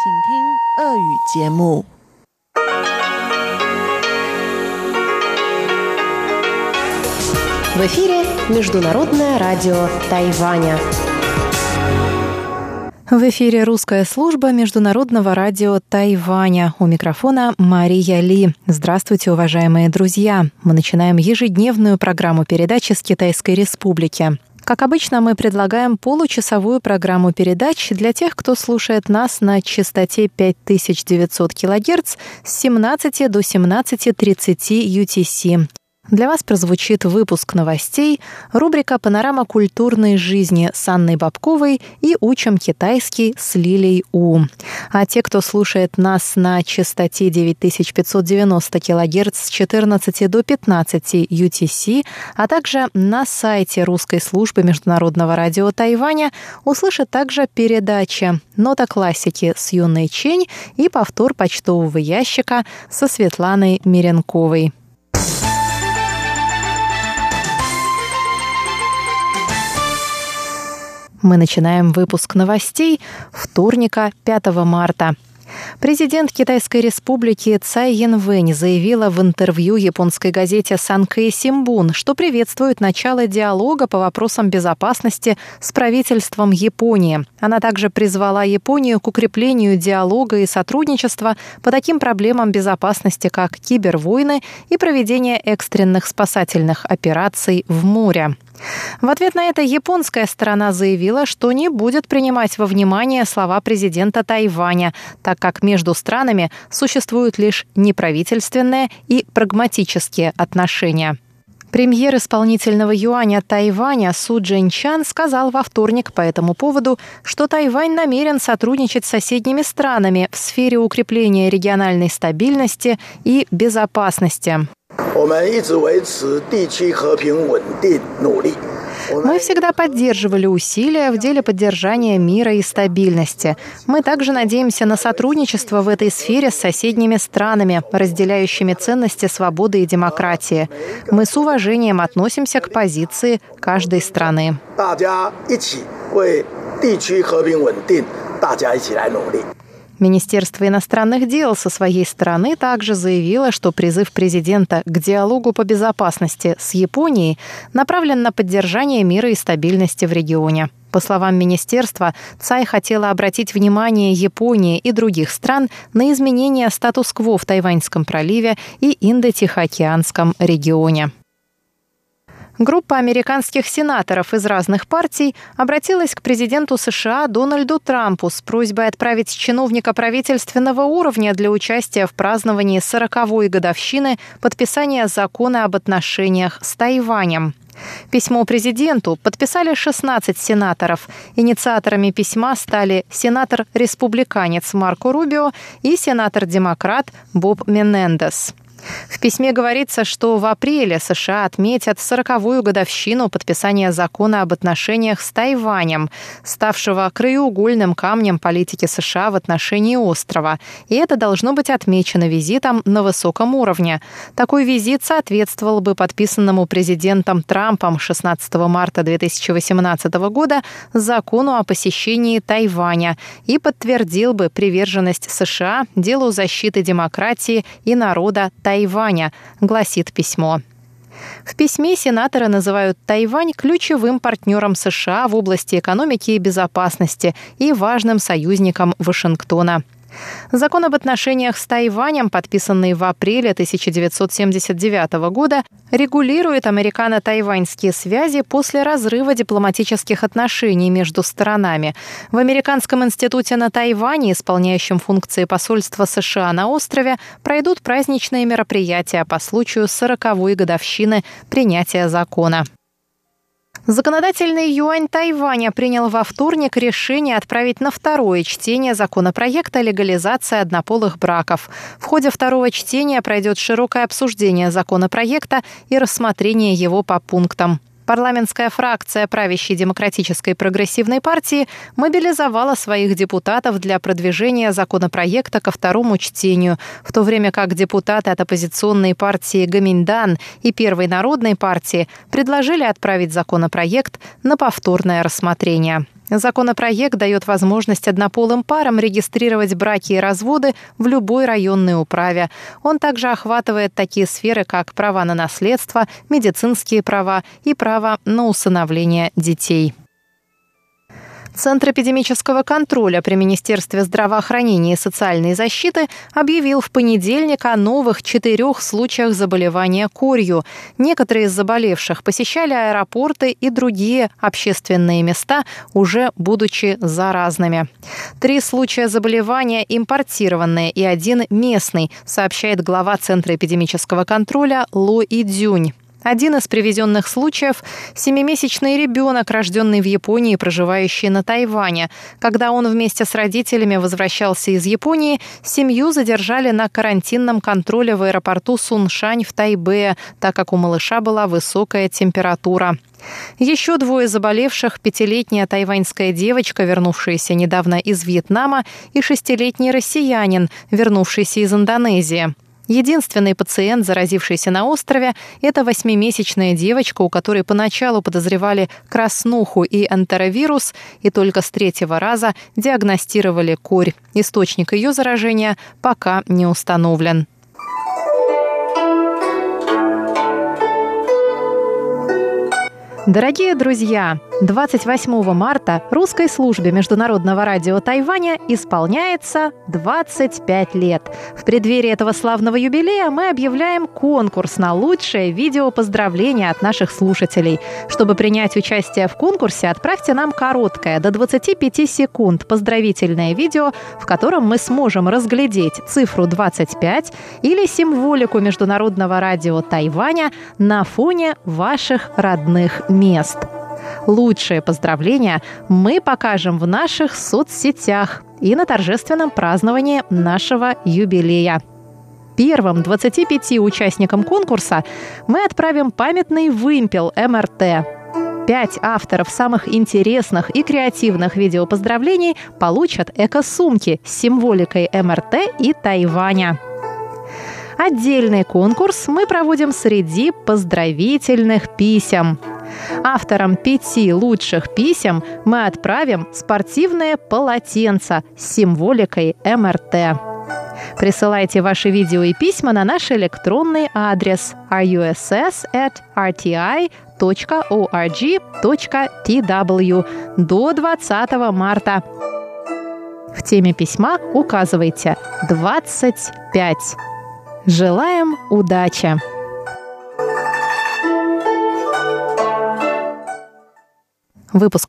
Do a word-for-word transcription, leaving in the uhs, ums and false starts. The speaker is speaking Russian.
请听俄语节目。 В эфире Международное радио Тайваня. В эфире русская служба Международного радио Тайваня. У микрофона Мария Ли. Здравствуйте, уважаемые друзья. Мы начинаем ежедневную программу передач из Китайской Республики. Как обычно, мы предлагаем получасовую программу передач для тех, кто слушает нас на частоте пять тысяч девятьсот килогерц с семнадцати до семнадцати тридцати ю ти си. Для вас прозвучит выпуск новостей, рубрика «Панорама культурной жизни» с Анной Бабковой и «Учим китайский» с Лилей У. А те, кто слушает нас на частоте девять тысяч пятьсот девяносто килогерц с четырнадцати до пятнадцати ю ти си, а также на сайте русской службы Международного радио Тайваня, услышат также передачи «Нота классики» с Юной Чень и повтор почтового ящика со Светланой Миренковой. Мы начинаем выпуск новостей вторника, пятого марта. Президент Китайской Республики Цай Янвэнь заявила в интервью японской газете Санкэй Симбун, что приветствует начало диалога по вопросам безопасности с правительством Японии. Она также призвала Японию к укреплению диалога и сотрудничества по таким проблемам безопасности, как кибервойны и проведение экстренных спасательных операций в море. В ответ на это японская сторона заявила, что не будет принимать во внимание слова президента Тайваня, так как между странами существуют лишь неправительственные и прагматические отношения. Премьер исполнительного юаня Тайваня Су Чжэньчан сказал во вторник по этому поводу, что Тайвань намерен сотрудничать с соседними странами в сфере укрепления региональной стабильности и безопасности. Мы всегда поддерживали усилия в деле поддержания мира и стабильности. Мы также надеемся на сотрудничество в этой сфере с соседними странами, разделяющими ценности свободы и демократии. Мы с уважением относимся к позиции каждой страны. Министерство иностранных дел со своей стороны также заявило, что призыв президента к диалогу по безопасности с Японией направлен на поддержание мира и стабильности в регионе. По словам министерства, Цай хотела обратить внимание Японии и других стран на изменение статус-кво в Тайваньском проливе и Индо-Тихоокеанском регионе. Группа американских сенаторов из разных партий обратилась к президенту США Дональду Трампу с просьбой отправить чиновника правительственного уровня для участия в праздновании сороковой годовщины подписания закона об отношениях с Тайванем. Письмо президенту подписали шестнадцать сенаторов. Инициаторами письма стали сенатор-республиканец Марко Рубио и сенатор-демократ Боб Менендес. В письме говорится, что в апреле США отметят сороковую годовщину подписания закона об отношениях с Тайванем, ставшего краеугольным камнем политики США в отношении острова. И это должно быть отмечено визитом на высоком уровне. Такой визит соответствовал бы подписанному президентом Трампом шестнадцатого марта две тысячи восемнадцатого года закону о посещении Тайваня и подтвердил бы приверженность США делу защиты демократии и народа Тайваня. Тайваня, гласит письмо. В письме сенаторы называют Тайвань ключевым партнером США в области экономики и безопасности и важным союзником Вашингтона. Закон об отношениях с Тайванем, подписанный в апреле тысяча девятьсот семьдесят девятого года, регулирует американо-тайваньские связи после разрыва дипломатических отношений между сторонами. В Американском институте на Тайване, исполняющем функции посольства США на острове, пройдут праздничные мероприятия по случаю сороковой годовщины принятия закона. Законодательный юань Тайваня принял во вторник решение отправить на второе чтение законопроекта легализации однополых браков. В ходе второго чтения пройдет широкое обсуждение законопроекта и рассмотрение его по пунктам. Парламентская фракция правящей Демократической прогрессивной партии мобилизовала своих депутатов для продвижения законопроекта ко второму чтению, в то время как депутаты от оппозиционной партии Гоминьдан и Первой народной партии предложили отправить законопроект на повторное рассмотрение. Законопроект дает возможность однополым парам регистрировать браки и разводы в любой районной управе. Он также охватывает такие сферы, как права на наследство, медицинские права и право на усыновление детей. Центр эпидемического контроля при Министерстве здравоохранения и социальной защиты объявил в понедельник о новых четырех случаях заболевания корью. Некоторые из заболевших посещали аэропорты и другие общественные места, уже будучи заразными. Три случая заболевания импортированные и один местный, сообщает глава Центра эпидемического контроля Ло Идзюнь. Один из привезенных случаев – семимесячный ребенок, рожденный в Японии, проживающий на Тайване. Когда он вместе с родителями возвращался из Японии, семью задержали на карантинном контроле в аэропорту Суншань в Тайбэе, так как у малыша была высокая температура. Еще двое заболевших – пятилетняя тайваньская девочка, вернувшаяся недавно из Вьетнама, и шестилетний россиянин, вернувшийся из Индонезии. Единственный пациент, заразившийся на острове, это восьмимесячная девочка, у которой поначалу подозревали краснуху и энтеровирус, и только с третьего раза диагностировали корь. Источник ее заражения пока не установлен. Дорогие друзья, двадцать восьмого марта русской службе Международного радио Тайваня исполняется двадцать пять лет. В преддверии этого славного юбилея мы объявляем конкурс на лучшее видео поздравления от наших слушателей. Чтобы принять участие в конкурсе, отправьте нам короткое, до двадцати пяти секунд, поздравительное видео, в котором мы сможем разглядеть цифру двадцать пять или символику Международного радио Тайваня на фоне ваших родных мест. Лучшие поздравления мы покажем в наших соцсетях и на торжественном праздновании нашего юбилея. Первым двадцати пяти участникам конкурса мы отправим памятный вымпел эм эр тэ. Пять авторов самых интересных и креативных видеопоздравлений получат эко-сумки с символикой эм эр тэ и Тайваня. Отдельный конкурс мы проводим среди поздравительных писем. Авторам пяти лучших писем мы отправим спортивные полотенца с символикой эм эр тэ. Присылайте ваши видео и письма на наш электронный адрес ар ю эс эс эт эр ти ай точка орг точка ти дабл ю до двадцатого марта. В теме письма указывайте двадцать пять. Желаем удачи! Выпуск